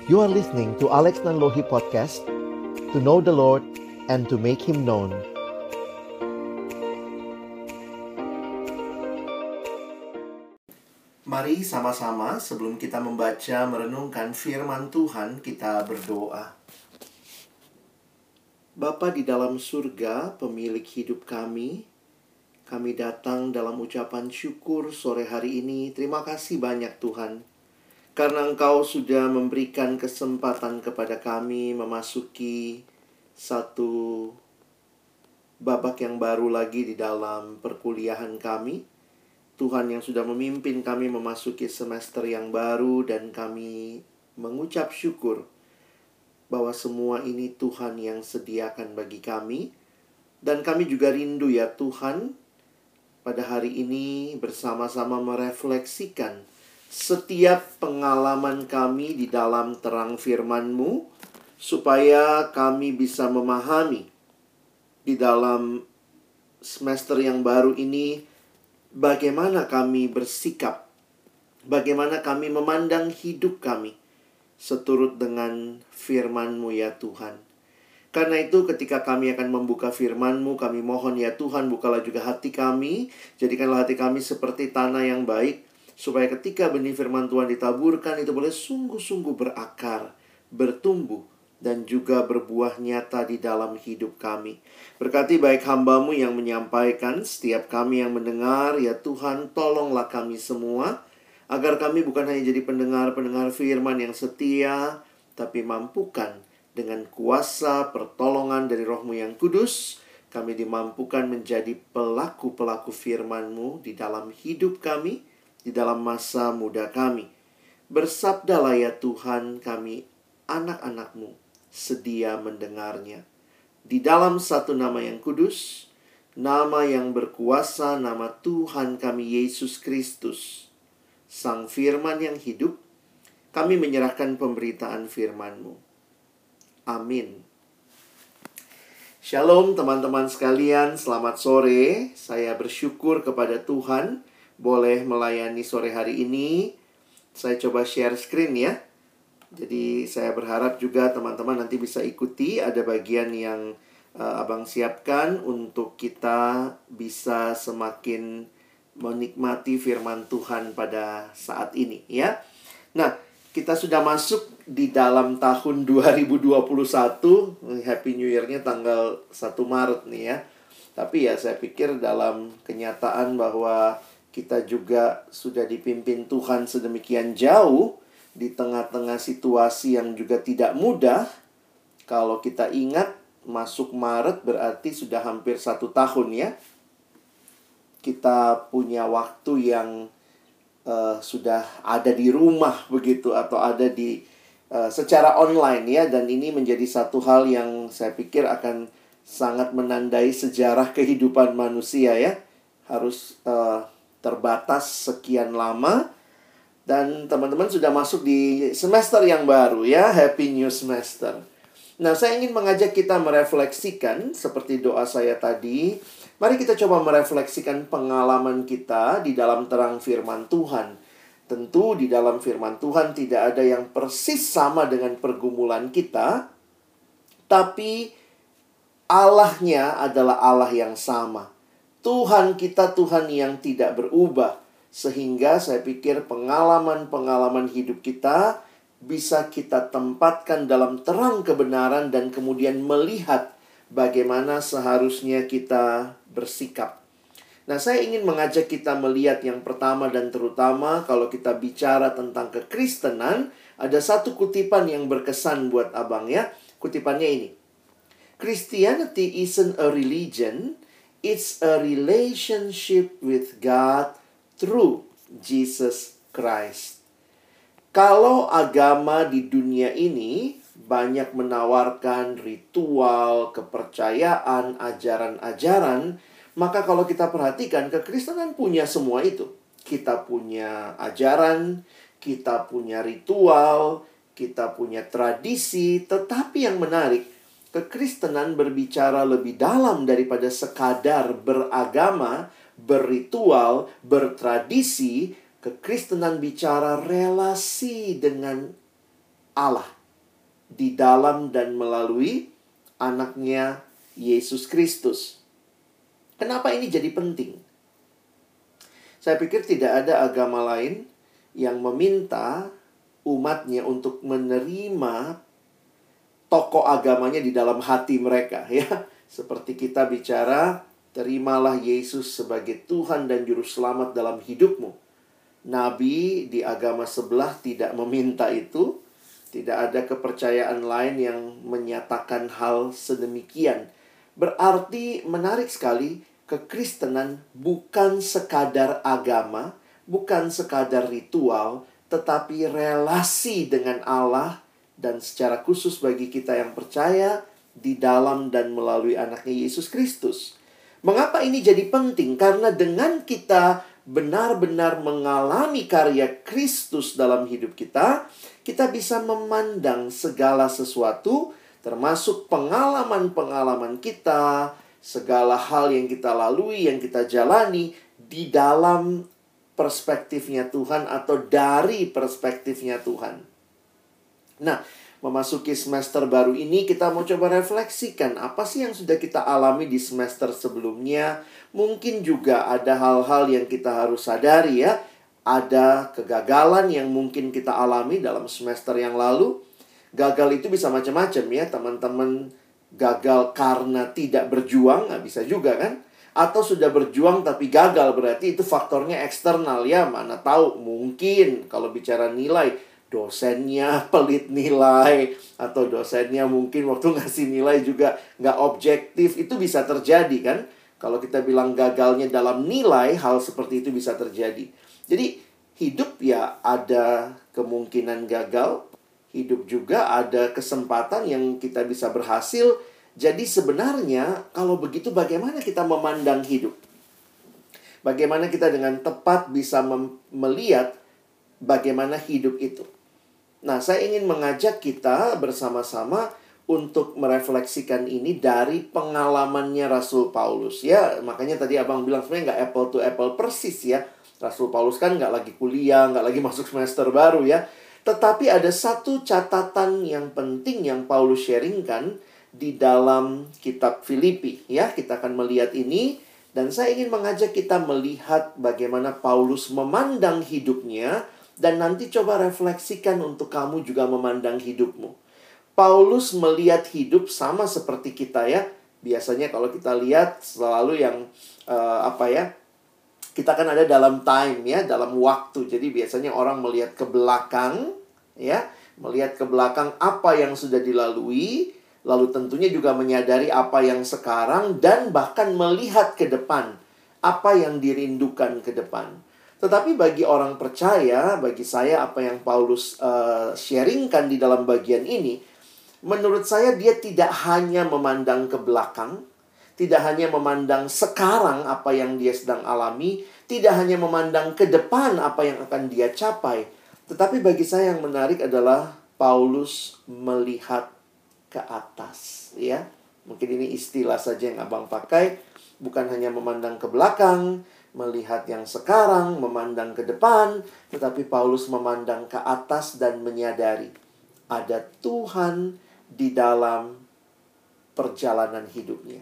You are listening to Alex Nanlohi Podcast, to know the Lord and to make Him known. Mari sama-sama sebelum kita membaca merenungkan firman Tuhan, kita berdoa. Bapa di dalam surga, pemilik hidup kami datang dalam ucapan syukur sore hari ini. Terima kasih banyak Tuhan, karena Engkau sudah memberikan kesempatan kepada kami memasuki satu babak yang baru lagi di dalam perkuliahan kami. Tuhan yang sudah memimpin kami memasuki semester yang baru, dan kami mengucap syukur bahwa semua ini Tuhan yang sediakan bagi kami. Dan kami juga rindu ya Tuhan, pada hari ini bersama-sama merefleksikan setiap pengalaman kami di dalam terang firman-Mu, supaya kami bisa memahami di dalam semester yang baru ini bagaimana kami bersikap, bagaimana kami memandang hidup kami seturut dengan firman-Mu ya Tuhan. Karena itu ketika kami akan membuka firman-Mu, kami mohon ya Tuhan, bukalah juga hati kami, jadikanlah hati kami seperti tanah yang baik, supaya ketika benih firman Tuhan ditaburkan, itu boleh sungguh-sungguh berakar, bertumbuh, dan juga berbuah nyata di dalam hidup kami. Berkati baik hamba-Mu yang menyampaikan, setiap kami yang mendengar, ya Tuhan, tolonglah kami semua, agar kami bukan hanya jadi pendengar-pendengar firman yang setia, tapi mampukan dengan kuasa pertolongan dari Roh-Mu yang kudus, kami dimampukan menjadi pelaku-pelaku firman-Mu di dalam hidup kami, di dalam masa muda kami. Bersabdalah ya Tuhan, kami anak-anak-Mu sedia mendengarnya. Di dalam satu nama yang kudus, nama yang berkuasa, nama Tuhan kami Yesus Kristus, Sang Firman yang hidup, kami menyerahkan pemberitaan firman-Mu. Amin. Shalom teman-teman sekalian, selamat sore. Saya bersyukur kepada Tuhan boleh melayani sore hari ini. Saya coba share screen ya. Jadi saya berharap juga teman-teman nanti bisa ikuti. Ada bagian yang Abang siapkan untuk kita bisa semakin menikmati firman Tuhan pada saat ini ya. Nah, kita sudah masuk di dalam tahun 2021. Happy New Year-nya tanggal 1 Maret nih ya. Tapi ya saya pikir dalam kenyataan bahwa kita juga sudah dipimpin Tuhan sedemikian jauh di tengah-tengah situasi yang juga tidak mudah. Kalau kita ingat, masuk Maret berarti sudah hampir 1 tahun ya. Kita punya waktu yang sudah ada di rumah begitu, atau ada di secara online ya. Dan ini menjadi satu hal yang saya pikir akan sangat menandai sejarah kehidupan manusia ya. Harus terbatas sekian lama. Dan teman-teman sudah masuk di semester yang baru ya. Happy New Semester. Nah, saya ingin mengajak kita merefleksikan seperti doa saya tadi. Mari kita coba merefleksikan pengalaman kita di dalam terang firman Tuhan. Tentu di dalam firman Tuhan tidak ada yang persis sama dengan pergumulan kita, tapi Allahnya adalah Allah yang sama. Tuhan kita Tuhan yang tidak berubah. Sehingga saya pikir pengalaman-pengalaman hidup kita bisa kita tempatkan dalam terang kebenaran, dan kemudian melihat bagaimana seharusnya kita bersikap. Nah, saya ingin mengajak kita melihat yang pertama dan terutama kalau kita bicara tentang kekristenan, ada satu kutipan yang berkesan buat abang ya. Kutipannya ini. Christianity isn't a religion, it's a relationship with God through Jesus Christ. Kalau agama di dunia ini banyak menawarkan ritual, kepercayaan, ajaran-ajaran, maka kalau kita perhatikan, kekristenan punya semua itu. Kita punya ajaran, kita punya ritual, kita punya tradisi. Tetapi yang menarik, kekristenan berbicara lebih dalam daripada sekadar beragama, berritual, bertradisi. Kekristenan bicara relasi dengan Allah di dalam dan melalui anaknya Yesus Kristus. Kenapa ini jadi penting? Saya pikir tidak ada agama lain yang meminta umatnya untuk menerima tokoh agamanya di dalam hati mereka, ya. Seperti kita bicara, terimalah Yesus sebagai Tuhan dan Juru Selamat dalam hidupmu. Nabi di agama sebelah tidak meminta itu. Tidak ada kepercayaan lain yang menyatakan hal sedemikian. Berarti menarik sekali, kekristenan bukan sekadar agama, bukan sekadar ritual, tetapi relasi dengan Allah, dan secara khusus bagi kita yang percaya di dalam dan melalui anaknya Yesus Kristus. Mengapa ini jadi penting? Karena dengan kita benar-benar mengalami karya Kristus dalam hidup kita, kita bisa memandang segala sesuatu, termasuk pengalaman-pengalaman kita, segala hal yang kita lalui, yang kita jalani, di dalam perspektifnya Tuhan atau dari perspektifnya Tuhan. Nah, memasuki semester baru ini, kita mau coba refleksikan apa sih yang sudah kita alami di semester sebelumnya. Mungkin juga ada hal-hal yang kita harus sadari, ya. Ada kegagalan yang mungkin kita alami dalam semester yang lalu. Gagal itu bisa macam-macam, ya. Teman-teman gagal karena tidak berjuang, nggak bisa juga kan? Atau sudah berjuang tapi gagal, berarti itu faktornya eksternal, ya. Mana tahu, mungkin kalau bicara nilai, dosennya pelit nilai, atau dosennya mungkin waktu ngasih nilai juga nggak objektif. Itu bisa terjadi kan? Kalau kita bilang gagalnya dalam nilai, hal seperti itu bisa terjadi. Jadi hidup ya ada kemungkinan gagal, hidup juga ada kesempatan yang kita bisa berhasil. Jadi sebenarnya kalau begitu bagaimana kita memandang hidup? Bagaimana kita dengan tepat bisa melihat bagaimana hidup itu? Nah, saya ingin mengajak kita bersama-sama untuk merefleksikan ini dari pengalamannya Rasul Paulus, ya. Makanya tadi abang bilang sebenarnya nggak apple to apple persis, ya. Rasul Paulus kan nggak lagi kuliah, nggak lagi masuk semester baru, ya. Tetapi ada satu catatan yang penting yang Paulus sharingkan di dalam kitab Filipi, ya. Kita akan melihat ini, dan saya ingin mengajak kita melihat bagaimana Paulus memandang hidupnya. Dan nanti coba refleksikan untuk kamu juga memandang hidupmu. Paulus melihat hidup sama seperti kita, ya. Biasanya kalau kita lihat selalu yang kita kan ada dalam time, ya, dalam waktu. Jadi biasanya orang melihat ke belakang, ya, melihat ke belakang apa yang sudah dilalui, lalu tentunya juga menyadari apa yang sekarang, dan bahkan melihat ke depan apa yang dirindukan ke depan. Tetapi bagi orang percaya, bagi saya apa yang Paulus sharingkan di dalam bagian ini, menurut saya dia tidak hanya memandang ke belakang, tidak hanya memandang sekarang apa yang dia sedang alami, tidak hanya memandang ke depan apa yang akan dia capai. Tetapi bagi saya yang menarik adalah Paulus melihat ke atas, ya. Mungkin ini istilah saja yang abang pakai, bukan hanya memandang ke belakang, melihat yang sekarang, memandang ke depan, tetapi Paulus memandang ke atas dan menyadari ada Tuhan di dalam perjalanan hidupnya.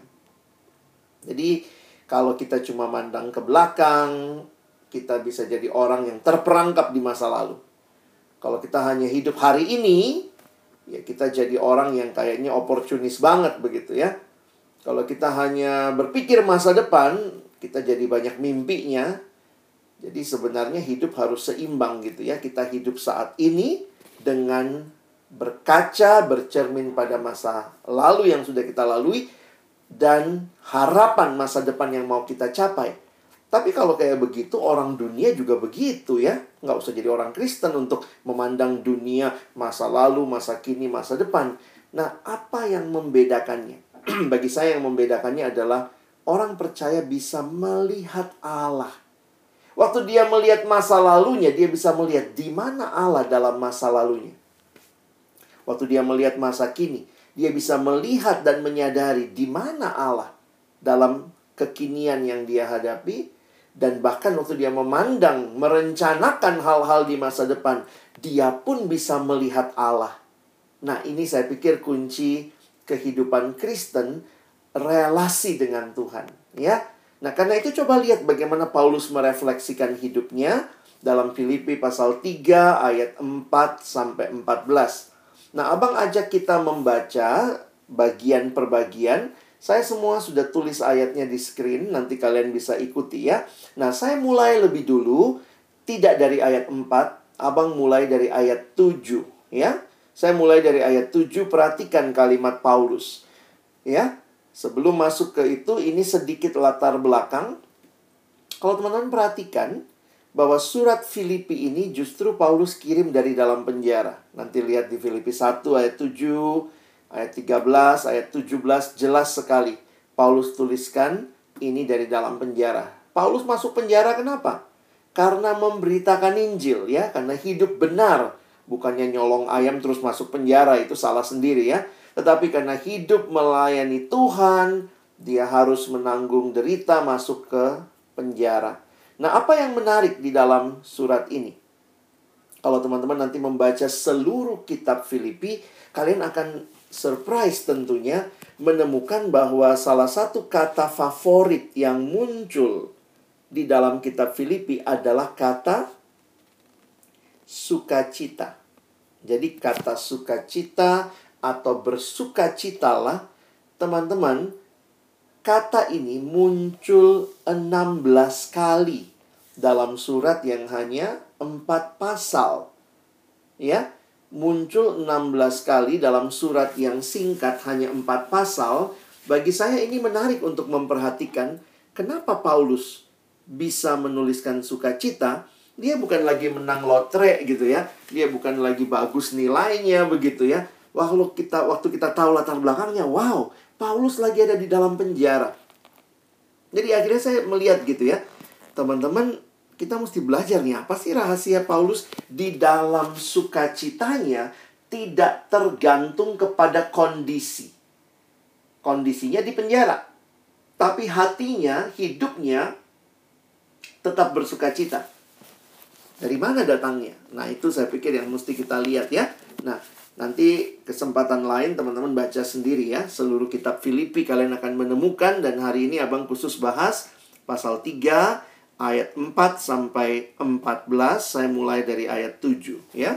Jadi kalau kita cuma mandang ke belakang, kita bisa jadi orang yang terperangkap di masa lalu. Kalau kita hanya hidup hari ini, ya kita jadi orang yang kayaknya oportunis banget begitu, ya. Kalau kita hanya berpikir masa depan, kita jadi banyak mimpinya. Jadi sebenarnya hidup harus seimbang gitu, ya. Kita hidup saat ini dengan berkaca, bercermin pada masa lalu yang sudah kita lalui, dan harapan masa depan yang mau kita capai. Tapi kalau kayak begitu, orang dunia juga begitu, ya. Nggak usah jadi orang Kristen untuk memandang dunia, masa lalu, masa kini, masa depan. Nah, apa yang membedakannya? Bagi saya yang membedakannya adalah orang percaya bisa melihat Allah. Waktu dia melihat masa lalunya, dia bisa melihat di mana Allah dalam masa lalunya. Waktu dia melihat masa kini, dia bisa melihat dan menyadari di mana Allah dalam kekinian yang dia hadapi. Dan bahkan waktu dia memandang, merencanakan hal-hal di masa depan, dia pun bisa melihat Allah Nah, ini saya pikir kunci kehidupan Kristen, relasi dengan Tuhan, ya. Nah, karena itu coba lihat bagaimana Paulus merefleksikan hidupnya dalam Filipi pasal 3 ayat 4 sampai 14. Nah, Abang ajak kita membaca bagian per bagian. Saya semua sudah tulis ayatnya di screen, nanti kalian bisa ikuti ya. Nah, saya mulai lebih dulu, tidak dari ayat 4, Abang mulai dari ayat 7, ya. Saya mulai dari ayat 7, perhatikan kalimat Paulus. Ya, sebelum masuk ke itu, ini sedikit latar belakang. Kalau teman-teman perhatikan, bahwa surat Filipi ini justru Paulus kirim dari dalam penjara. Nanti lihat di Filipi 1 ayat 7, ayat 13, ayat 17, jelas sekali. Paulus tuliskan ini dari dalam penjara. Paulus masuk penjara kenapa? Karena memberitakan Injil, ya. Karena hidup benar. Bukannya nyolong ayam terus masuk penjara, itu salah sendiri ya. Tetapi karena hidup melayani Tuhan, dia harus menanggung derita masuk ke penjara. Nah, apa yang menarik di dalam surat ini? Kalau teman-teman nanti membaca seluruh kitab Filipi, kalian akan surprise tentunya menemukan bahwa salah satu kata favorit yang muncul di dalam kitab Filipi adalah kata sukacita. Jadi kata sukacita atau bersukacitalah, teman-teman, kata ini muncul 16 kali dalam surat yang hanya 4 pasal. Ya, muncul 16 kali dalam surat yang singkat hanya 4 pasal. Bagi saya ini menarik untuk memperhatikan kenapa Paulus bisa menuliskan sukacita. Dia bukan lagi menang lotre gitu ya. Dia bukan lagi bagus nilainya begitu ya. Waktu kita tahu latar belakangnya, wow, Paulus lagi ada di dalam penjara. Jadi akhirnya saya melihat gitu ya, teman-teman, kita mesti belajar nih, apa sih rahasia Paulus di dalam sukacitanya tidak tergantung kepada kondisi. Kondisinya di penjara, tapi hatinya, hidupnya tetap bersukacita. Dari mana datangnya? Nah, itu saya pikir yang mesti kita lihat ya. Nah, nanti kesempatan lain teman-teman baca sendiri ya. Seluruh kitab Filipi kalian akan menemukan. Dan hari ini Abang khusus bahas pasal 3 ayat 4 sampai 14. Saya mulai dari ayat 7 ya.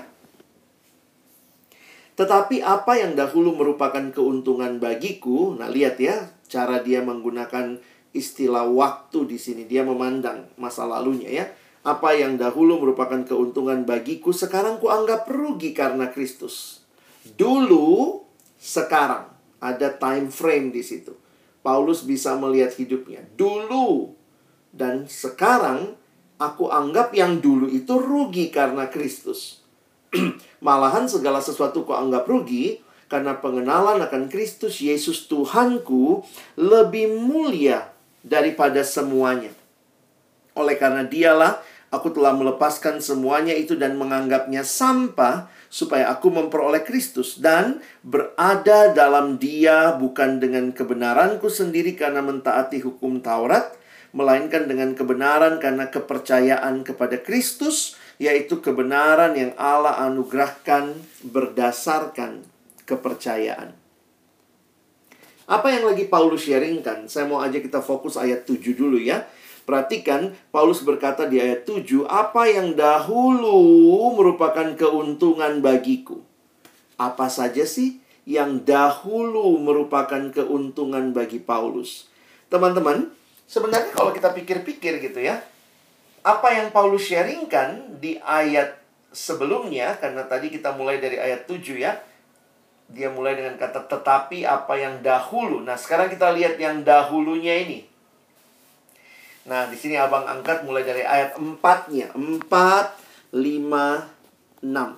Tetapi apa yang dahulu merupakan keuntungan bagiku. Nah, lihat ya cara dia menggunakan istilah waktu di sini. Dia memandang masa lalunya ya. Apa yang dahulu merupakan keuntungan bagiku, sekarang kuanggap rugi karena Kristus. Dulu, sekarang. Ada time frame di situ. Paulus bisa melihat hidupnya. Dulu dan sekarang, aku anggap yang dulu itu rugi karena Kristus. Malahan segala sesuatu kuanggap rugi, karena pengenalan akan Kristus Yesus Tuhanku lebih mulia daripada semuanya. Oleh karena dialah aku telah melepaskan semuanya itu dan menganggapnya sampah, supaya aku memperoleh Kristus dan berada dalam Dia, bukan dengan kebenaranku sendiri karena mentaati hukum Taurat, melainkan dengan kebenaran karena kepercayaan kepada Kristus, yaitu kebenaran yang Allah anugerahkan berdasarkan kepercayaan. Apa yang lagi Paulus sharingkan? Saya mau aja kita fokus ayat 7 dulu ya. Perhatikan, Paulus berkata di ayat 7, apa yang dahulu merupakan keuntungan bagiku. Apa saja sih yang dahulu merupakan keuntungan bagi Paulus? Teman-teman, sebenarnya kalau kita pikir-pikir gitu ya, apa yang Paulus sharingkan di ayat sebelumnya, karena tadi kita mulai dari ayat 7 ya, dia mulai dengan kata tetapi apa yang dahulu. Nah, sekarang kita lihat yang dahulunya ini. Nah, di sini Abang angkat mulai dari ayat 4-nya. 4, 5, 6.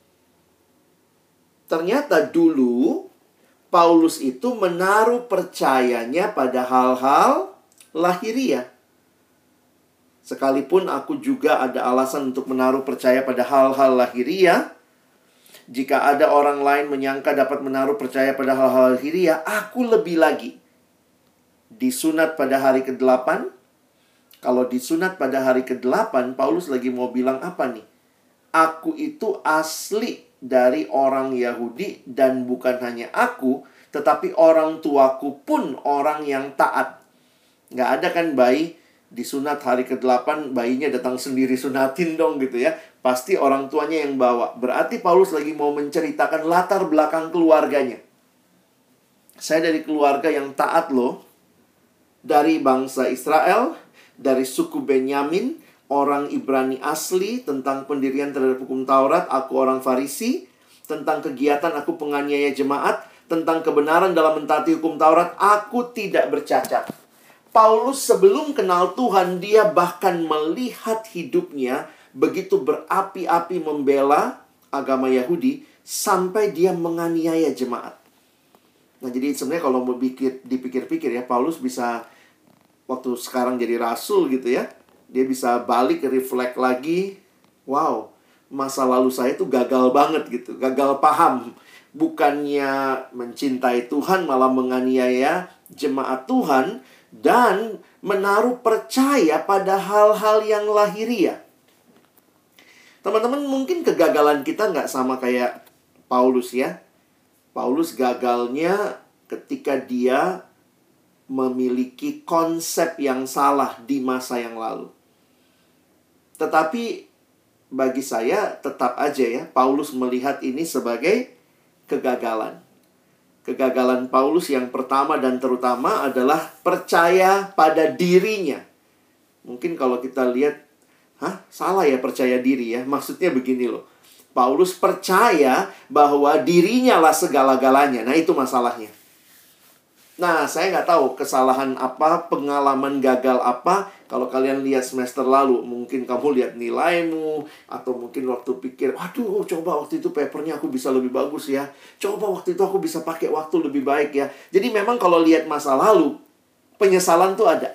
Ternyata dulu Paulus itu menaruh percayanya pada hal-hal lahiriah. Sekalipun aku juga ada alasan untuk menaruh percaya pada hal-hal lahiriah. Jika ada orang lain menyangka dapat menaruh percaya pada hal-hal lahiriah, aku lebih lagi. Disunat pada hari ke-8. Kalau disunat pada hari ke-8, Paulus lagi mau bilang apa nih? Aku itu asli dari orang Yahudi, dan bukan hanya aku, tetapi orang tuaku pun orang yang taat. Nggak ada kan bayi disunat hari ke-8, bayinya datang sendiri sunatin dong gitu ya. Pasti orang tuanya yang bawa. Berarti Paulus lagi mau menceritakan latar belakang keluarganya. Saya dari keluarga yang taat loh. Dari bangsa Israel, dari suku Benyamin, orang Ibrani asli, tentang pendirian terhadap hukum Taurat, aku orang Farisi, tentang kegiatan aku penganiaya jemaat, tentang kebenaran dalam mentaati hukum Taurat, aku tidak bercacat. Paulus sebelum kenal Tuhan, dia bahkan melihat hidupnya begitu berapi-api membela agama Yahudi, sampai dia menganiaya jemaat. Nah, jadi sebenarnya kalau mau dipikir-pikir ya, Paulus bisa waktu sekarang jadi rasul gitu ya, dia bisa balik reflect lagi, wow, masa lalu saya tuh gagal banget gitu, gagal paham. Bukannya mencintai Tuhan, malah menganiaya jemaat Tuhan, dan menaruh percaya pada hal-hal yang lahiriah. Teman-teman, mungkin kegagalan kita nggak sama kayak Paulus ya. Paulus gagalnya ketika dia memiliki konsep yang salah di masa yang lalu. Tetapi bagi saya tetap aja ya, Paulus melihat ini sebagai kegagalan. Kegagalan Paulus yang pertama dan terutama adalah percaya pada dirinya. Mungkin kalau kita lihat, salah ya percaya diri ya. Maksudnya begini loh. Paulus percaya bahwa dirinya lah segala-galanya. Nah, itu masalahnya. Nah, saya nggak tahu kesalahan apa, pengalaman gagal apa. Kalau kalian lihat semester lalu, mungkin kamu lihat nilaimu, atau mungkin waktu pikir, waduh, coba waktu itu papernya aku bisa lebih bagus ya. Coba waktu itu aku bisa pakai waktu lebih baik ya. Jadi memang kalau lihat masa lalu, penyesalan tuh ada.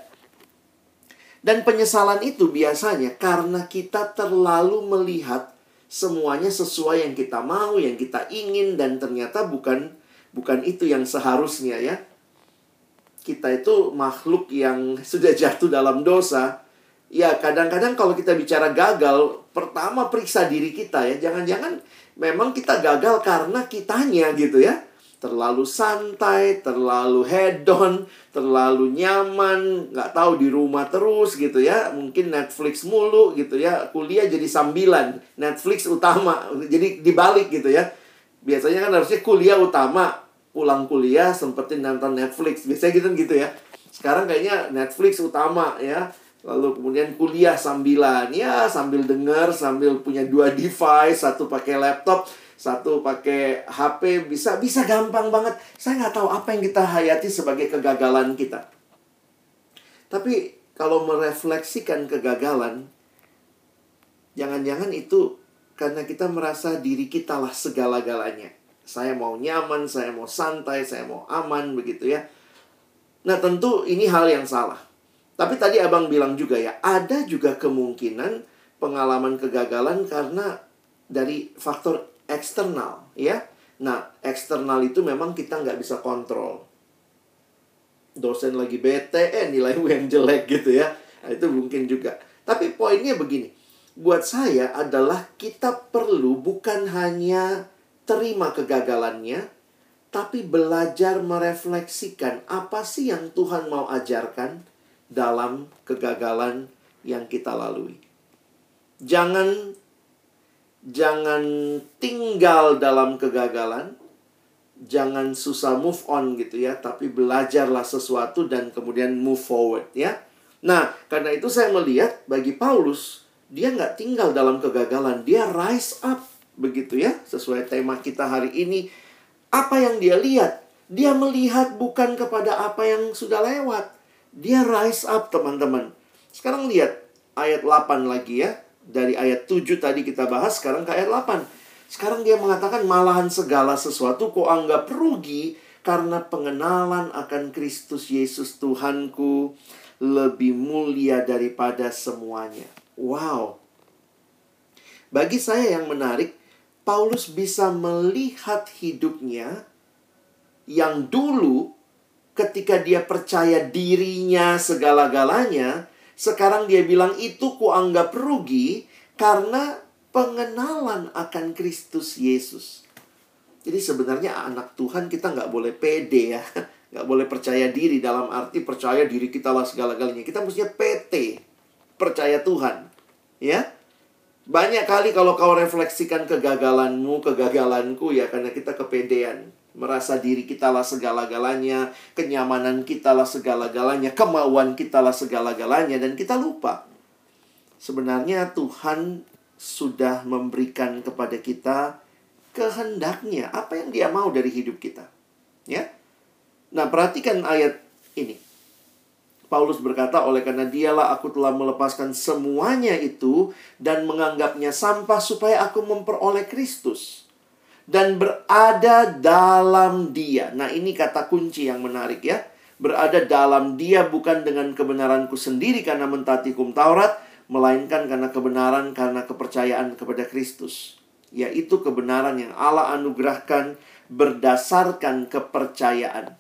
Dan penyesalan itu biasanya karena kita terlalu melihat semuanya sesuai yang kita mau, yang kita ingin, dan ternyata bukan itu yang seharusnya ya. Kita itu makhluk yang sudah jatuh dalam dosa. Ya, kadang-kadang kalau kita bicara gagal, pertama periksa diri kita ya. Jangan-jangan memang kita gagal karena kitanya gitu ya. Terlalu santai, terlalu hedon, terlalu nyaman, nggak tahu di rumah terus gitu ya. Mungkin Netflix mulu gitu ya. Kuliah jadi sambilan, Netflix utama. Jadi dibalik gitu ya. Biasanya kan harusnya kuliah utama, pulang kuliah sempetin nonton Netflix. Biasanya gitu ya. Sekarang kayaknya Netflix utama ya. Lalu kemudian kuliah sambilan. Ya, sambil denger, sambil punya 2 device. Satu pakai laptop, satu pakai HP. Bisa gampang banget. Saya nggak tahu apa yang kita hayati sebagai kegagalan kita. Tapi kalau merefleksikan kegagalan, jangan-jangan itu karena kita merasa diri kita lah segala-galanya. Saya mau nyaman, saya mau santai, saya mau aman, begitu ya. Nah, tentu ini hal yang salah. Tapi tadi abang bilang juga ya, ada juga kemungkinan pengalaman kegagalan karena dari faktor eksternal, ya. Nah, eksternal itu memang kita nggak bisa kontrol. Dosen lagi bete, nilai UN jelek gitu ya. Nah, itu mungkin juga. Tapi poinnya begini, buat saya adalah kita perlu bukan hanya terima kegagalannya, tapi belajar merefleksikan apa sih yang Tuhan mau ajarkan dalam kegagalan yang kita lalui. Jangan tinggal dalam kegagalan, jangan susah move on gitu ya, tapi belajarlah sesuatu dan kemudian move forward ya. Nah, karena itu saya melihat bagi Paulus, dia nggak tinggal dalam kegagalan, dia rise up. Begitu ya, sesuai tema kita hari ini. Apa yang dia lihat? Dia melihat bukan kepada apa yang sudah lewat. Dia rise up, teman-teman. Sekarang lihat ayat 8 lagi ya. Dari ayat 7 tadi kita bahas, sekarang ke ayat 8. Sekarang dia mengatakan, malahan segala sesuatu kau anggap rugi karena pengenalan akan Kristus Yesus Tuhanku lebih mulia daripada semuanya. Wow. Bagi saya yang menarik, Paulus bisa melihat hidupnya yang dulu ketika dia percaya dirinya segala-galanya, sekarang dia bilang itu kuanggap rugi karena pengenalan akan Kristus Yesus. Jadi sebenarnya anak Tuhan kita nggak boleh pede ya. Nggak boleh percaya diri dalam arti percaya diri kita lah segala-galanya. Kita mestinya PT, percaya Tuhan. Ya, banyak kali kalau kau refleksikan kegagalanmu, kegagalanku ya karena kita kepedean. Merasa diri kita lah segala-galanya, kenyamanan kita lah segala-galanya, kemauan kita lah segala-galanya. Dan kita lupa. Sebenarnya Tuhan sudah memberikan kepada kita kehendaknya, apa yang Dia mau dari hidup kita. Ya. Nah, perhatikan ayat ini. Paulus berkata, oleh karena Dialah aku telah melepaskan semuanya itu dan menganggapnya sampah supaya aku memperoleh Kristus dan berada dalam Dia. Nah, ini kata kunci yang menarik ya. Berada dalam Dia bukan dengan kebenaranku sendiri karena mentaati hukum Taurat, melainkan karena kebenaran karena kepercayaan kepada Kristus. Yaitu kebenaran yang Allah anugerahkan berdasarkan kepercayaan.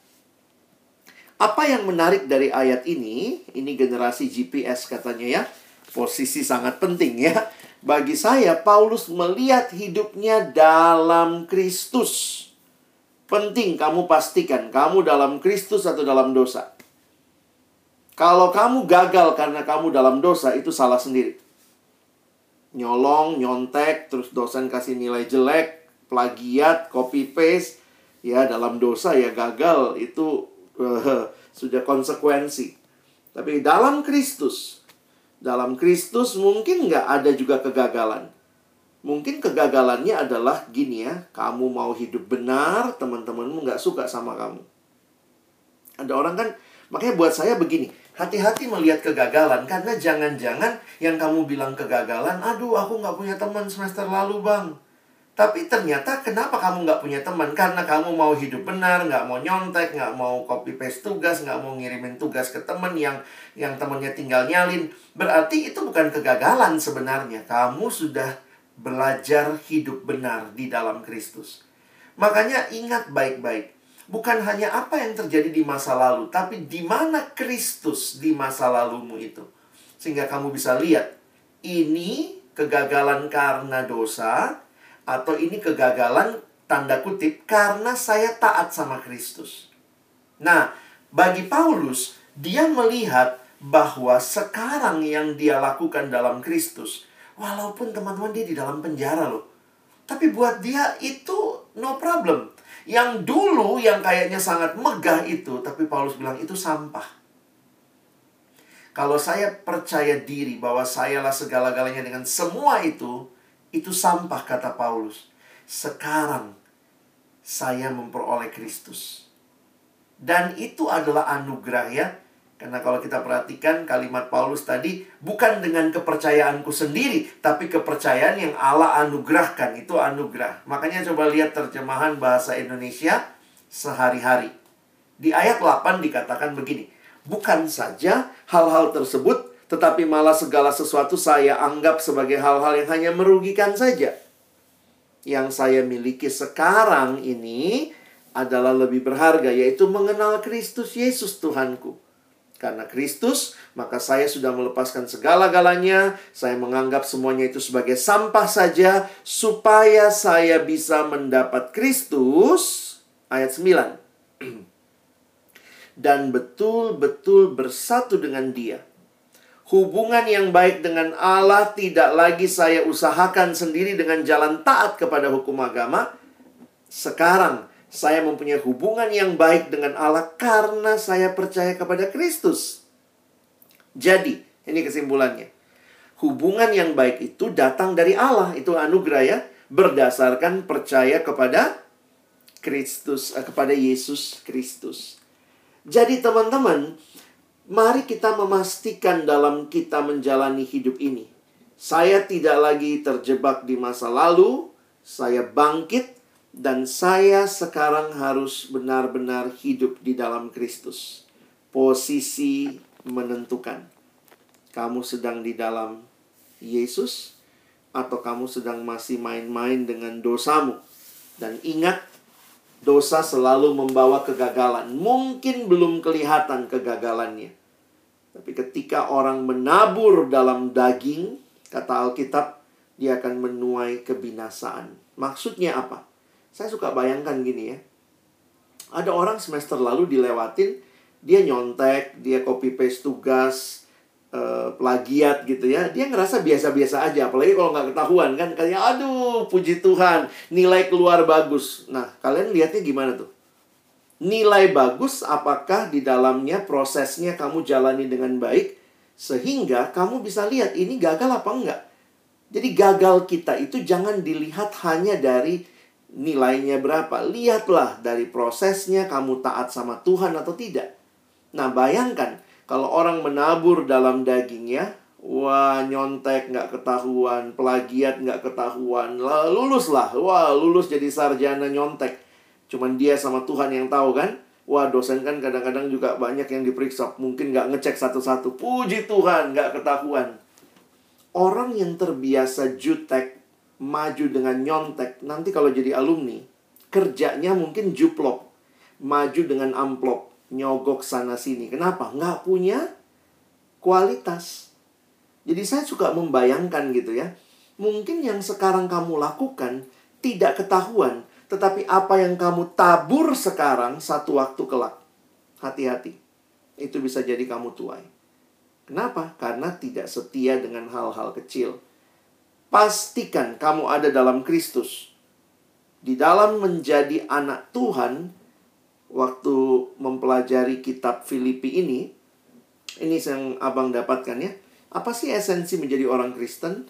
Apa yang menarik dari ayat ini? Ini generasi GPS katanya ya. Posisi sangat penting ya. Bagi saya, Paulus melihat hidupnya dalam Kristus. Penting kamu pastikan, kamu dalam Kristus atau dalam dosa. Kalau kamu gagal karena kamu dalam dosa, itu salah sendiri. Nyolong, nyontek, terus dosen kasih nilai jelek, plagiat, copy paste, ya dalam dosa ya gagal, itu sudah konsekuensi. Tapi dalam Kristus mungkin nggak ada juga kegagalan. Mungkin kegagalannya adalah gini ya, kamu mau hidup benar, teman-temanmu nggak suka sama kamu. Ada orang kan, makanya buat saya begini, hati-hati melihat kegagalan. Karena jangan-jangan yang kamu bilang kegagalan, aduh aku nggak punya teman semester lalu bang. Tapi ternyata kenapa kamu nggak punya teman? Karena kamu mau hidup benar, nggak mau nyontek, nggak mau copy-paste tugas, nggak mau ngirimin tugas ke teman yang temannya tinggal nyalin. Berarti itu bukan kegagalan sebenarnya. Kamu sudah belajar hidup benar di dalam Kristus. Makanya ingat baik-baik. Bukan hanya apa yang terjadi di masa lalu, tapi di mana Kristus di masa lalumu itu. Sehingga kamu bisa lihat, ini kegagalan karena dosa, atau ini kegagalan tanda kutip karena saya taat sama Kristus. Nah, bagi Paulus, dia melihat bahwa sekarang yang dia lakukan dalam Kristus, walaupun teman-teman dia di dalam penjara loh, tapi buat dia itu no problem. Yang dulu yang kayaknya sangat megah itu, tapi Paulus bilang itu sampah. Kalau saya percaya diri bahwa sayalah segala-galanya dengan semua itu sampah kata Paulus. Sekarang saya memperoleh Kristus. Dan itu adalah anugerah ya. Karena kalau kita perhatikan kalimat Paulus tadi, bukan dengan kepercayaanku sendiri, tapi kepercayaan yang Allah anugerahkan. Itu anugerah. Makanya coba lihat terjemahan bahasa Indonesia sehari-hari. Di ayat 8 dikatakan begini, bukan saja hal-hal tersebut, tetapi malah segala sesuatu saya anggap sebagai hal-hal yang hanya merugikan saja. Yang saya miliki sekarang ini adalah lebih berharga, yaitu mengenal Kristus Yesus Tuhanku. Karena Kristus, maka saya sudah melepaskan segala-galanya. Saya menganggap semuanya itu sebagai sampah saja, supaya saya bisa mendapat Kristus. Ayat 9. Dan betul-betul bersatu dengan Dia. Hubungan yang baik dengan Allah tidak lagi saya usahakan sendiri dengan jalan taat kepada hukum agama. Sekarang saya mempunyai hubungan yang baik dengan Allah karena saya percaya kepada Kristus. Jadi, ini kesimpulannya. Hubungan yang baik itu datang dari Allah. Itu anugerah ya. Berdasarkan percaya kepada Kristus, kepada Yesus Kristus. Jadi teman-teman, mari kita memastikan dalam kita menjalani hidup ini. Saya tidak lagi terjebak di masa lalu. Saya bangkit. Dan saya sekarang harus benar-benar hidup di dalam Kristus. Posisi menentukan. Kamu sedang di dalam Yesus, atau kamu sedang masih main-main dengan dosamu. Dan ingat, dosa selalu membawa kegagalan. Mungkin belum kelihatan kegagalannya. Tapi ketika orang menabur dalam daging, kata Alkitab, dia akan menuai kebinasaan. Maksudnya apa? Saya suka bayangkan gini ya. Ada orang semester lalu dilewatin, dia nyontek, dia copy paste tugas, plagiat gitu ya. Dia ngerasa biasa-biasa aja. Apalagi kalau nggak ketahuan kan. Kayak aduh puji Tuhan, nilai keluar bagus. Nah, kalian lihatnya gimana tuh? Nilai bagus apakah di dalamnya prosesnya kamu jalani dengan baik, sehingga kamu bisa lihat ini gagal apa enggak. Jadi gagal kita itu jangan dilihat hanya dari nilainya berapa. Lihatlah dari prosesnya, kamu taat sama Tuhan atau tidak. Nah, bayangkan kalau orang menabur dalam dagingnya, wah nyontek nggak ketahuan, plagiat nggak ketahuan, lulus lah. Wah, lulus jadi sarjana nyontek. Cuman dia sama Tuhan yang tahu kan. Wah, dosen kan kadang-kadang juga banyak yang diperiksa. Mungkin nggak ngecek satu-satu. Puji Tuhan, nggak ketahuan. Orang yang terbiasa jutek, maju dengan nyontek, nanti kalau jadi alumni, kerjanya mungkin juplok. Maju dengan amplop, nyogok sana-sini. Kenapa? Nggak punya kualitas. Jadi saya suka membayangkan gitu ya. Mungkin yang sekarang kamu lakukan tidak ketahuan, tetapi apa yang kamu tabur sekarang satu waktu kelak. Hati-hati. Itu bisa jadi kamu tuai. Kenapa? Karena tidak setia dengan hal-hal kecil. Pastikan kamu ada dalam Kristus. Di dalam menjadi anak Tuhan, waktu mempelajari kitab Filipi ini yang abang dapatkan ya. Apa sih esensi menjadi orang Kristen?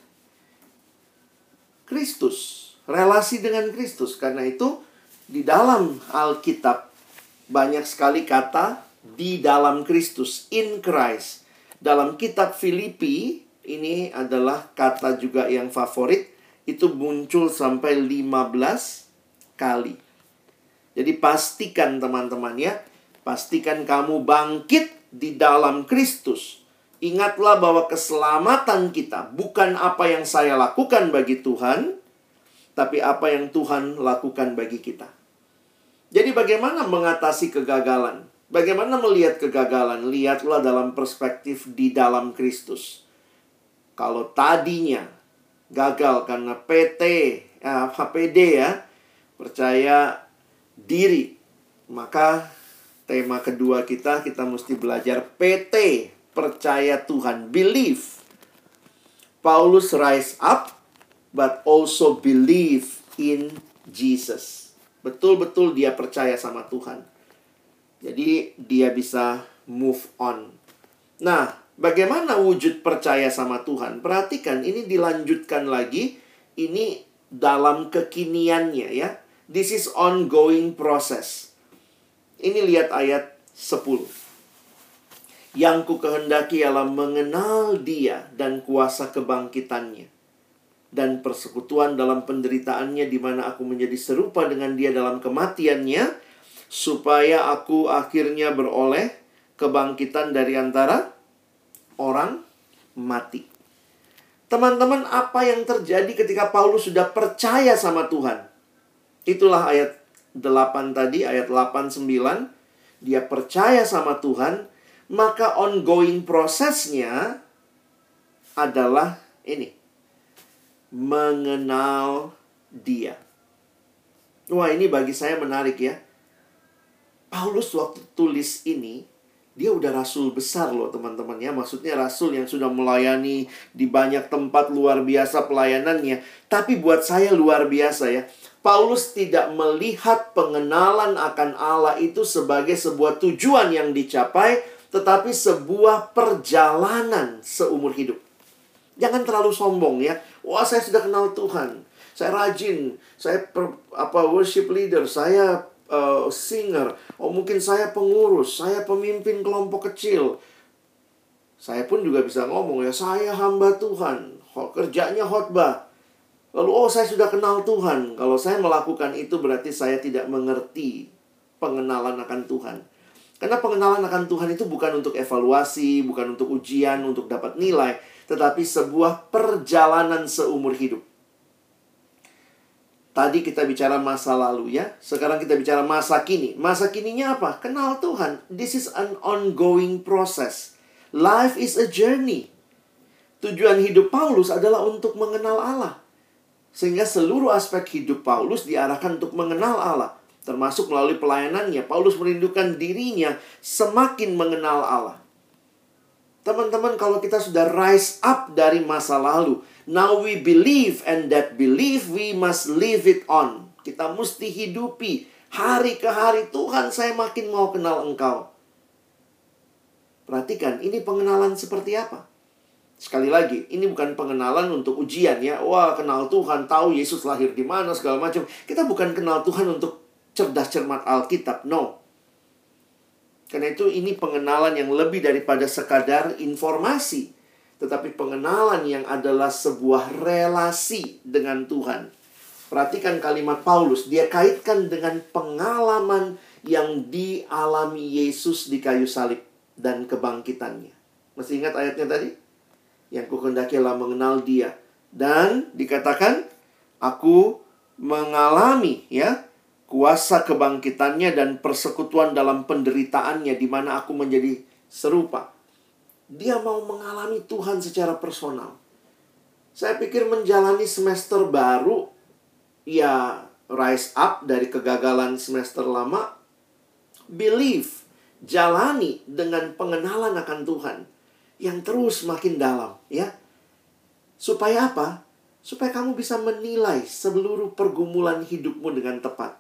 Kristus. Relasi dengan Kristus. Karena itu, di dalam Alkitab, banyak sekali kata di dalam Kristus. In Christ. Dalam kitab Filipi, ini adalah kata juga yang favorit. Itu muncul sampai 15 kali. Jadi pastikan teman-teman ya. Pastikan kamu bangkit di dalam Kristus. Ingatlah bahwa keselamatan kita bukan apa yang saya lakukan bagi Tuhan, tapi apa yang Tuhan lakukan bagi kita. Jadi bagaimana mengatasi kegagalan? Bagaimana melihat kegagalan? Lihatlah dalam perspektif di dalam Kristus. Kalau tadinya gagal karena HPD ya, percaya diri, maka tema kedua kita mesti belajar PT, percaya Tuhan, believe. Paulus rise up, but also believe in Jesus. Betul-betul dia percaya sama Tuhan. Jadi dia bisa move on. Nah, bagaimana wujud percaya sama Tuhan? Perhatikan, ini dilanjutkan lagi. Ini dalam kekiniannya ya. This is ongoing process. Ini lihat ayat 10. Yang ku kehendaki ialah mengenal dia dan kuasa kebangkitannya. Dan persekutuan dalam penderitaannya, di mana aku menjadi serupa dengan dia dalam kematiannya, supaya aku akhirnya beroleh kebangkitan dari antara orang mati. Teman-teman, apa yang terjadi ketika Paulus sudah percaya sama Tuhan? Itulah ayat 8 tadi, ayat 8-9. Dia percaya sama Tuhan, maka ongoing prosesnya adalah ini. Mengenal dia. Wah, ini bagi saya menarik ya. Paulus waktu tulis ini, dia udah rasul besar loh teman-teman ya. Maksudnya rasul yang sudah melayani di banyak tempat, luar biasa pelayanannya. Tapi buat saya luar biasa ya. Paulus tidak melihat pengenalan akan Allah itu sebagai sebuah tujuan yang dicapai, tetapi sebuah perjalanan seumur hidup. Jangan terlalu sombong ya. Wah, saya sudah kenal Tuhan. Saya rajin. Saya worship leader. Saya singer. Oh, mungkin saya pengurus. Saya pemimpin kelompok kecil. Saya pun juga bisa ngomong ya. Saya hamba Tuhan. Kerjanya khotbah. Lalu, oh saya sudah kenal Tuhan. Kalau saya melakukan itu berarti saya tidak mengerti pengenalan akan Tuhan. Karena pengenalan akan Tuhan itu bukan untuk evaluasi, bukan untuk ujian, untuk dapat nilai, tetapi sebuah perjalanan seumur hidup. Tadi kita bicara masa lalu ya. Sekarang kita bicara masa kini. Masa kininya apa? Kenal Tuhan. This is an ongoing process. Life is a journey. Tujuan hidup Paulus adalah untuk mengenal Allah. Sehingga seluruh aspek hidup Paulus diarahkan untuk mengenal Allah. Termasuk melalui pelayanannya, Paulus merindukan dirinya semakin mengenal Allah. Teman-teman, kalau kita sudah rise up dari masa lalu, now we believe, and that belief we must live it on. Kita mesti hidupi hari ke hari. Tuhan, saya makin mau kenal Engkau. Perhatikan, ini pengenalan seperti apa? Sekali lagi, ini bukan pengenalan untuk ujian ya. Wah, kenal Tuhan, tahu Yesus lahir di mana, segala macam. Kita bukan kenal Tuhan untuk cerdas cermat Alkitab, no. Karena itu ini pengenalan yang lebih daripada sekadar informasi. Tetapi pengenalan yang adalah sebuah relasi dengan Tuhan. Perhatikan kalimat Paulus, dia kaitkan dengan pengalaman yang dialami Yesus di kayu salib dan kebangkitannya. Masih ingat ayatnya tadi? Yang kuhendaki adalah mengenal dia. Dan dikatakan, aku mengalami ya kuasa kebangkitannya dan persekutuan dalam penderitaannya, di mana aku menjadi serupa. Dia mau mengalami Tuhan secara personal. Saya pikir menjalani semester baru, ya rise up dari kegagalan semester lama, believe, jalani dengan pengenalan akan Tuhan yang terus makin dalam, ya. Supaya apa? Supaya kamu bisa menilai seluruh pergumulan hidupmu dengan tepat.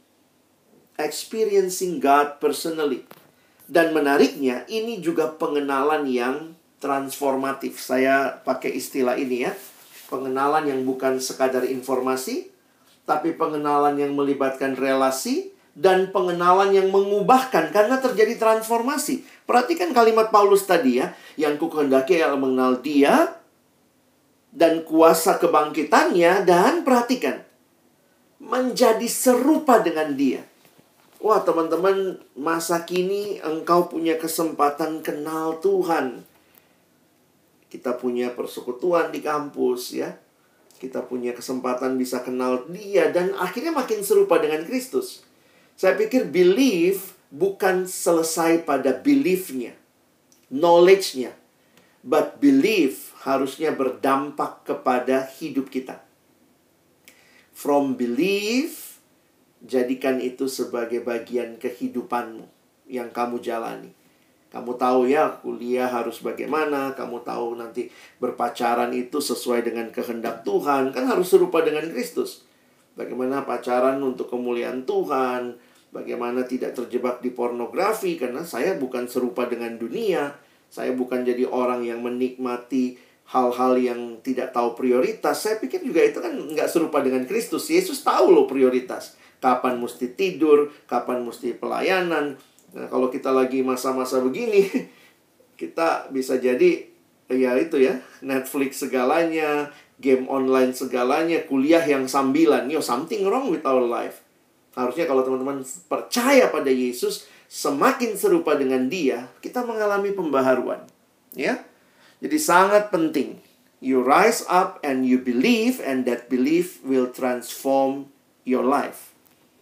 Experiencing God personally. Dan menariknya, ini juga pengenalan yang transformatif. Saya pakai istilah ini ya. Pengenalan yang bukan sekadar informasi, tapi pengenalan yang melibatkan relasi, dan pengenalan yang mengubahkan karena terjadi transformasi. Perhatikan kalimat Paulus tadi ya. Yang kukehendaki adalah mengenal dia dan kuasa kebangkitannya, dan perhatikan, menjadi serupa dengan dia. Wah, teman-teman, masa kini engkau punya kesempatan kenal Tuhan. Kita punya persekutuan di kampus ya. Kita punya kesempatan bisa kenal dia dan akhirnya makin serupa dengan Kristus. Saya pikir belief bukan selesai pada belief-nya, knowledge-nya. But belief harusnya berdampak kepada hidup kita. From belief, jadikan itu sebagai bagian kehidupanmu yang kamu jalani. Kamu tahu ya, kuliah harus bagaimana. Kamu tahu nanti berpacaran itu sesuai dengan kehendak Tuhan. Kan harus serupa dengan Kristus. Bagaimana pacaran untuk kemuliaan Tuhan. Bagaimana tidak terjebak di pornografi. Karena saya bukan serupa dengan dunia. Saya bukan jadi orang yang menikmati hal-hal yang tidak tahu prioritas. Saya pikir juga itu kan nggak serupa dengan Kristus. Yesus tahu loh prioritas. Kapan mesti tidur, kapan mesti pelayanan. Nah, kalau kita lagi masa-masa begini, kita bisa jadi, ya itu ya, Netflix segalanya, game online segalanya, kuliah yang sambilan. Something wrong with our life. Harusnya kalau teman-teman percaya pada Yesus, semakin serupa dengan dia, kita mengalami pembaharuan. Ya, jadi sangat penting. You rise up and you believe, and that belief will transform your life.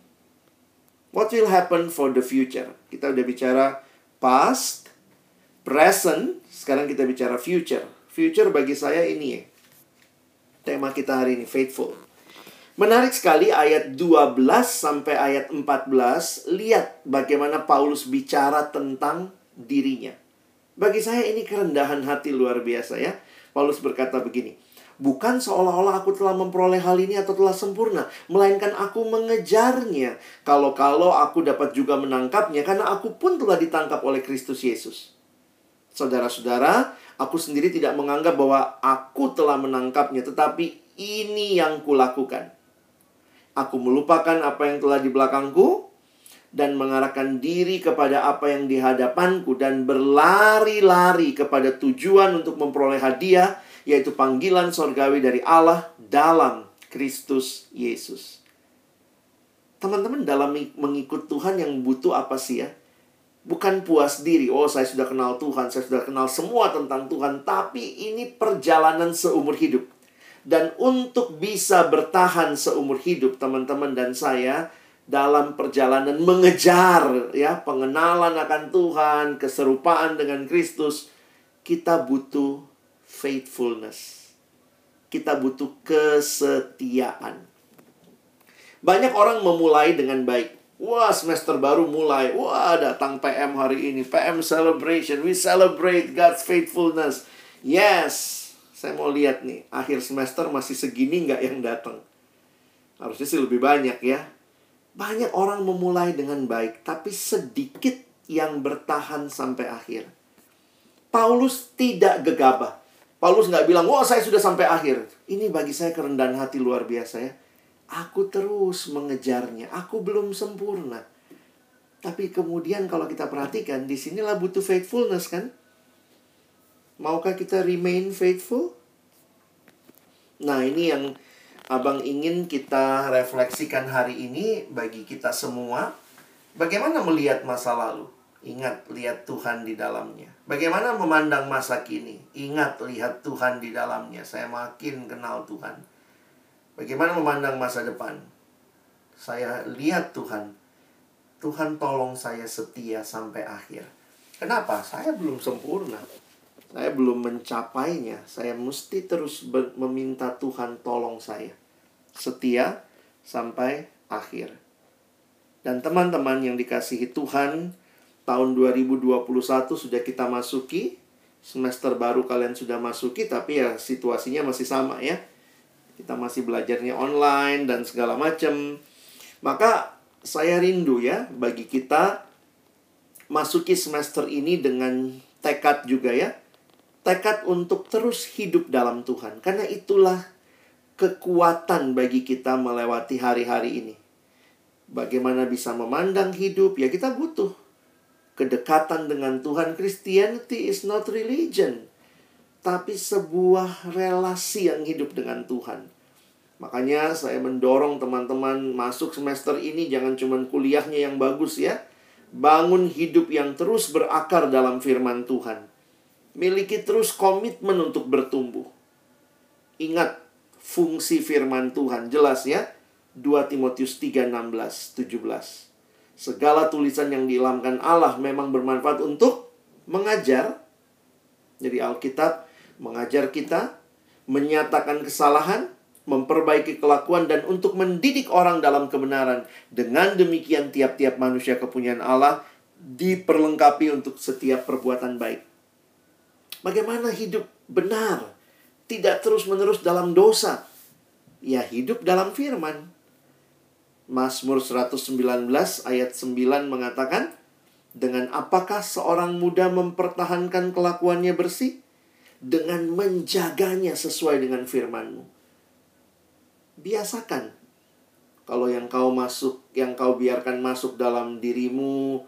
What will happen for the future? Kita udah bicara past, present, sekarang kita bicara future. Future bagi saya ini ya. Tema kita hari ini, faithful. Menarik sekali ayat 12 sampai ayat 14. Lihat bagaimana Paulus bicara tentang dirinya. Bagi saya ini kerendahan hati luar biasa ya. Paulus berkata begini, bukan seolah-olah aku telah memperoleh hal ini atau telah sempurna, melainkan aku mengejarnya. Kalau-kalau aku dapat juga menangkapnya, karena aku pun telah ditangkap oleh Kristus Yesus. Saudara-saudara, aku sendiri tidak menganggap bahwa aku telah menangkapnya, tetapi ini yang kulakukan. Aku melupakan apa yang telah di belakangku dan mengarahkan diri kepada apa yang di hadapanku dan berlari-lari kepada tujuan untuk memperoleh hadiah, yaitu panggilan sorgawi dari Allah dalam Kristus Yesus. Teman-teman, dalam mengikut Tuhan yang butuh apa sih ya? Bukan puas diri, oh saya sudah kenal Tuhan, saya sudah kenal semua tentang Tuhan. Tapi ini perjalanan seumur hidup. Dan untuk bisa bertahan seumur hidup, teman-teman dan saya, dalam perjalanan mengejar ya pengenalan akan Tuhan, keserupaan dengan Kristus, kita butuh faithfulness. Kita butuh kesetiaan. Banyak orang memulai dengan baik. Wah, semester baru mulai. Wah, datang PM hari ini. PM celebration. We celebrate God's faithfulness. Yes. Saya mau lihat nih. Akhir semester masih segini nggak yang datang? Harusnya sih lebih banyak ya. Banyak orang memulai dengan baik. Tapi sedikit yang bertahan sampai akhir. Paulus tidak gegabah. Paulus nggak bilang, wah saya sudah sampai akhir. Ini bagi saya kerendahan hati luar biasa ya. Aku terus mengejarnya. Aku belum sempurna. Tapi kemudian kalau kita perhatikan, disinilah butuh faithfulness kan? Maukah kita remain faithful? Nah, ini yang Abang ingin kita refleksikan hari ini bagi kita semua. Bagaimana melihat masa lalu? Ingat, lihat Tuhan di dalamnya. Bagaimana memandang masa kini? Ingat, lihat Tuhan di dalamnya. Saya makin kenal Tuhan. Bagaimana memandang masa depan? Saya lihat Tuhan. Tuhan tolong saya setia sampai akhir. Kenapa? Saya belum sempurna. Saya belum mencapainya. Saya mesti terus meminta Tuhan tolong saya. Setia sampai akhir. Dan teman-teman yang dikasihi Tuhan, tahun 2021 sudah kita masuki. Semester baru kalian sudah masuki, tapi ya situasinya masih sama ya. Kita masih belajarnya online dan segala macam. Maka saya rindu ya bagi kita masuki semester ini dengan tekad juga ya. Tekad untuk terus hidup dalam Tuhan. Karena itulah kekuatan bagi kita melewati hari-hari ini. Bagaimana bisa memandang hidup, ya kita butuh kedekatan dengan Tuhan. Christianity is not religion, tapi sebuah relasi yang hidup dengan Tuhan. Makanya saya mendorong teman-teman masuk semester ini jangan cuma kuliahnya yang bagus ya. Bangun hidup yang terus berakar dalam firman Tuhan. Miliki terus komitmen untuk bertumbuh. Ingat fungsi firman Tuhan, jelas ya. 2 Timotius 3:16-17. Segala tulisan yang diilhamkan Allah memang bermanfaat untuk mengajar. Jadi Alkitab mengajar kita, menyatakan kesalahan, memperbaiki kelakuan, dan untuk mendidik orang dalam kebenaran. Dengan demikian tiap-tiap manusia kepunyaan Allah diperlengkapi untuk setiap perbuatan baik. Bagaimana hidup benar? Tidak terus-menerus dalam dosa. Ya, hidup dalam firman. Mazmur 119 ayat 9 mengatakan, dengan apakah seorang muda mempertahankan kelakuannya bersih? Dengan menjaganya sesuai dengan firman-Mu. Biasakan. Kalau yang kau biarkan masuk dalam dirimu,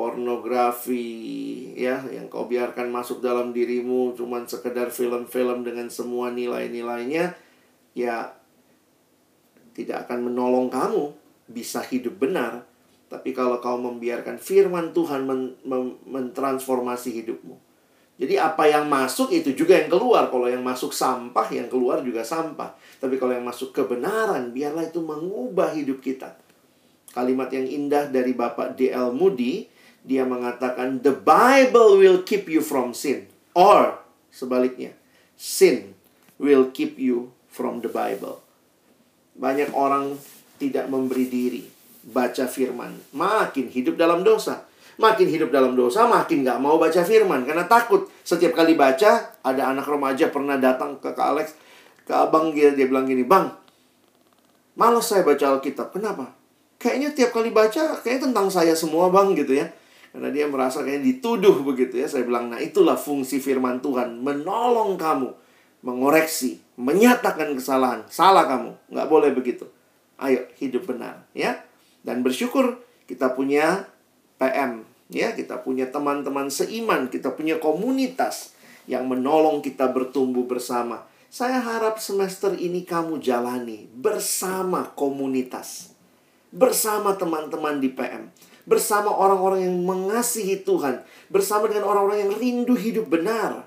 pornografi, ya, yang kau biarkan masuk dalam dirimu cuman sekedar film-film dengan semua nilai-nilainya, ya tidak akan menolong kamu bisa hidup benar. Tapi kalau kau membiarkan firman Tuhan mentransformasi hidupmu. Jadi apa yang masuk itu juga yang keluar. Kalau yang masuk sampah, yang keluar juga sampah. Tapi kalau yang masuk kebenaran, biarlah itu mengubah hidup kita. Kalimat yang indah dari Bapak D.L. Moody, dia mengatakan, the Bible will keep you from sin. Or, sebaliknya, sin will keep you from the Bible. Banyak orang tidak memberi diri baca firman. Makin hidup dalam dosa. Makin hidup dalam dosa, makin gak mau baca firman. Karena takut. Setiap kali baca, ada anak remaja pernah datang ke Kak Alex, ke abang dia bilang gini, Bang, malas saya baca Alkitab. Kenapa? Kayaknya tiap kali baca, kayaknya tentang saya semua bang gitu ya. Karena dia merasa kayaknya dituduh begitu ya. Saya bilang, nah itulah fungsi firman Tuhan. Menolong kamu, mengoreksi, menyatakan kesalahan. Salah kamu, gak boleh begitu. Ayo, hidup benar ya. Dan bersyukur kita punya PM ya, kita punya teman-teman seiman, kita punya komunitas yang menolong kita bertumbuh bersama. Saya harap semester ini kamu jalani bersama komunitas, bersama teman-teman di PM, bersama orang-orang yang mengasihi Tuhan, bersama dengan orang-orang yang rindu hidup benar.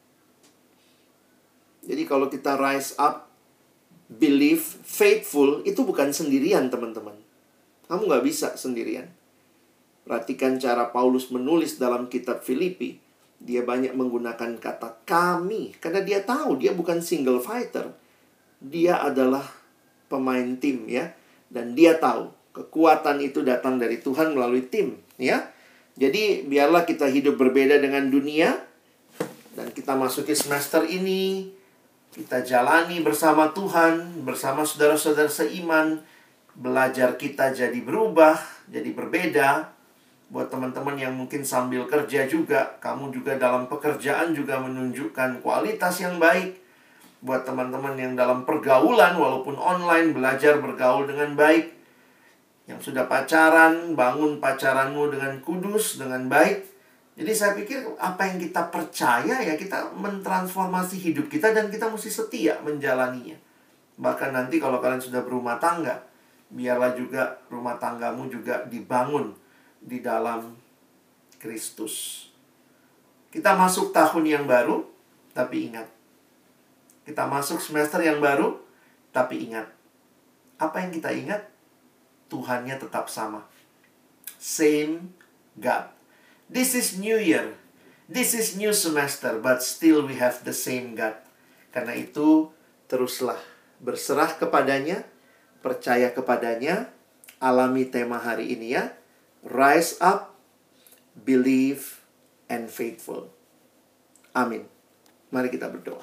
Jadi kalau kita rise up, believe, faithful, itu bukan sendirian teman-teman. Kamu gak bisa sendirian. Perhatikan cara Paulus menulis dalam kitab Filipi. Dia banyak menggunakan kata kami, karena dia tahu dia bukan single fighter. Dia adalah pemain tim, ya. Dan dia tahu kekuatan itu datang dari Tuhan melalui tim, ya. Jadi biarlah kita hidup berbeda dengan dunia. Dan kita masuki semester ini, kita jalani bersama Tuhan, bersama saudara-saudara seiman. Belajar kita jadi berubah, jadi berbeda. Buat teman-teman yang mungkin sambil kerja juga, kamu juga dalam pekerjaan juga menunjukkan kualitas yang baik. Buat teman-teman yang dalam pergaulan, walaupun online, belajar bergaul dengan baik. Yang sudah pacaran, bangun pacaranmu dengan kudus, dengan baik. Jadi saya pikir apa yang kita percaya, ya kita mentransformasi hidup kita, dan kita mesti setia menjalaninya. Bahkan nanti kalau kalian sudah berumah tangga, biarlah juga rumah tanggamu juga dibangun di dalam Kristus. Kita masuk tahun yang baru, tapi ingat. Kita masuk semester yang baru, tapi ingat. Apa yang kita ingat? Tuhannya tetap sama. Same God. This is new year. This is new semester, but still we have the same God. Karena itu, teruslah berserah kepadanya, percaya kepadanya, alami tema hari ini, ya. Rise up, believe, and faithful. Amin. Mari kita berdoa.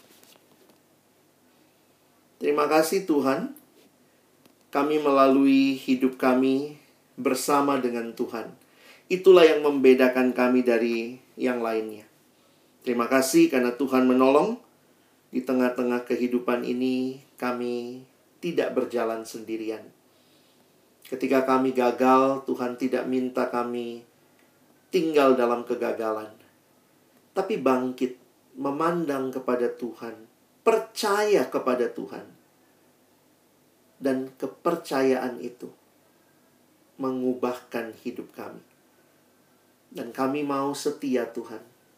Terima kasih Tuhan. Kami melalui hidup kami bersama dengan Tuhan. Itulah yang membedakan kami dari yang lainnya. Terima kasih karena Tuhan menolong. Di tengah-tengah kehidupan ini, kami tidak berjalan sendirian. Ketika kami gagal, Tuhan tidak minta kami tinggal dalam kegagalan, tapi bangkit, memandang kepada Tuhan, percaya kepada Tuhan. Dan kepercayaan itu mengubahkan hidup kami. Dan kami mau setia Tuhan.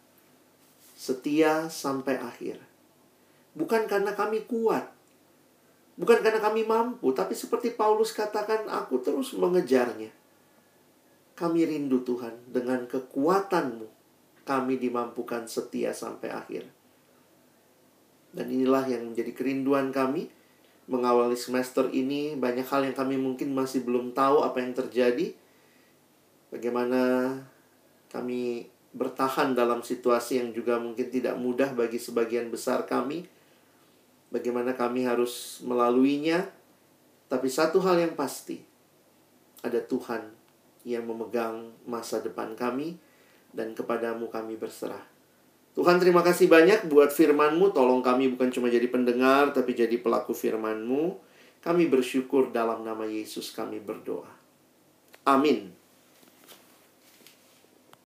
Setia sampai akhir. Bukan karena kami kuat, bukan karena kami mampu, tapi seperti Paulus katakan, aku terus mengejarnya. Kami rindu Tuhan, dengan kekuatan-Mu, kami dimampukan setia sampai akhir. Dan inilah yang menjadi kerinduan kami. Mengawali semester ini, banyak hal yang kami mungkin masih belum tahu apa yang terjadi. Bagaimana kami bertahan dalam situasi yang juga mungkin tidak mudah bagi sebagian besar kami. Bagaimana kami harus melaluinya. Tapi satu hal yang pasti, ada Tuhan yang memegang masa depan kami, dan kepadamu kami berserah. Tuhan, terima kasih banyak buat firman-Mu. Tolong kami bukan cuma jadi pendengar, tapi jadi pelaku firman-Mu. Kami bersyukur dalam nama Yesus kami berdoa. Amin.